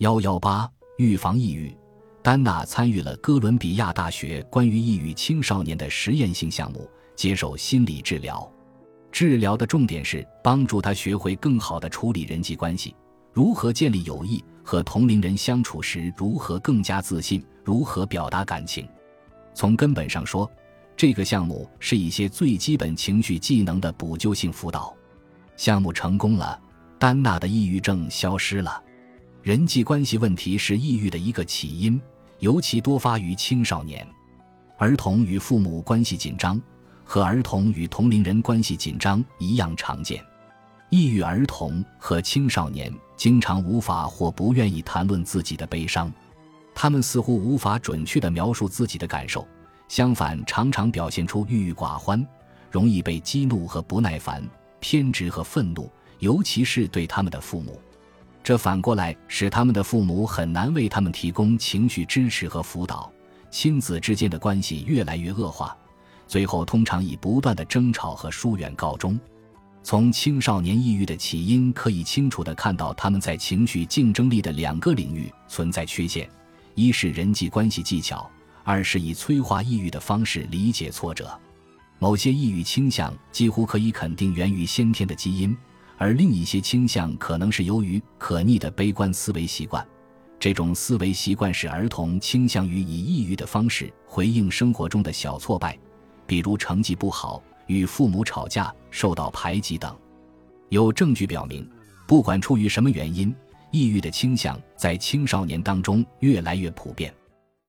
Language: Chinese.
118预防抑郁。丹娜参与了哥伦比亚大学关于抑郁青少年的实验性项目，接受心理治疗。治疗的重点是帮助他学会更好地处理人际关系，如何建立友谊，和同龄人相处时如何更加自信，如何表达感情。从根本上说，这个项目是一些最基本情绪技能的补救性辅导。项目成功了，丹娜的抑郁症消失了。人际关系问题是抑郁的一个起因，尤其多发于青少年。儿童与父母关系紧张，和儿童与同龄人关系紧张一样常见。抑郁儿童和青少年经常无法或不愿意谈论自己的悲伤，他们似乎无法准确地描述自己的感受，相反常常表现出郁郁寡欢，容易被激怒和不耐烦、偏执和愤怒，尤其是对他们的父母。这反过来使他们的父母很难为他们提供情绪支持和辅导，亲子之间的关系越来越恶化，最后通常以不断的争吵和疏远告终。从青少年抑郁的起因可以清楚地看到他们在情绪竞争力的两个领域存在缺陷，一是人际关系技巧，二是以催化抑郁的方式理解挫折。某些抑郁倾向几乎可以肯定源于先天的基因，而另一些倾向可能是由于可逆的悲观思维习惯。这种思维习惯使儿童倾向于以抑郁的方式回应生活中的小挫败，比如成绩不好、与父母吵架、受到排挤等。有证据表明，不管出于什么原因，抑郁的倾向在青少年当中越来越普遍。